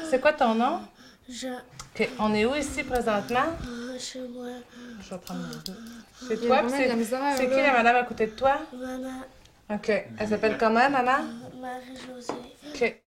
C'est quoi ton nom? Jean. OK. On est où ici présentement? Chez moi. Je vais prendre les deux. C'est Il y a toi? vraiment de la misère, C'est qui là. la madame à côté de toi? Maman. OK. Elle s'appelle comment, maman? Marie-Josée. OK.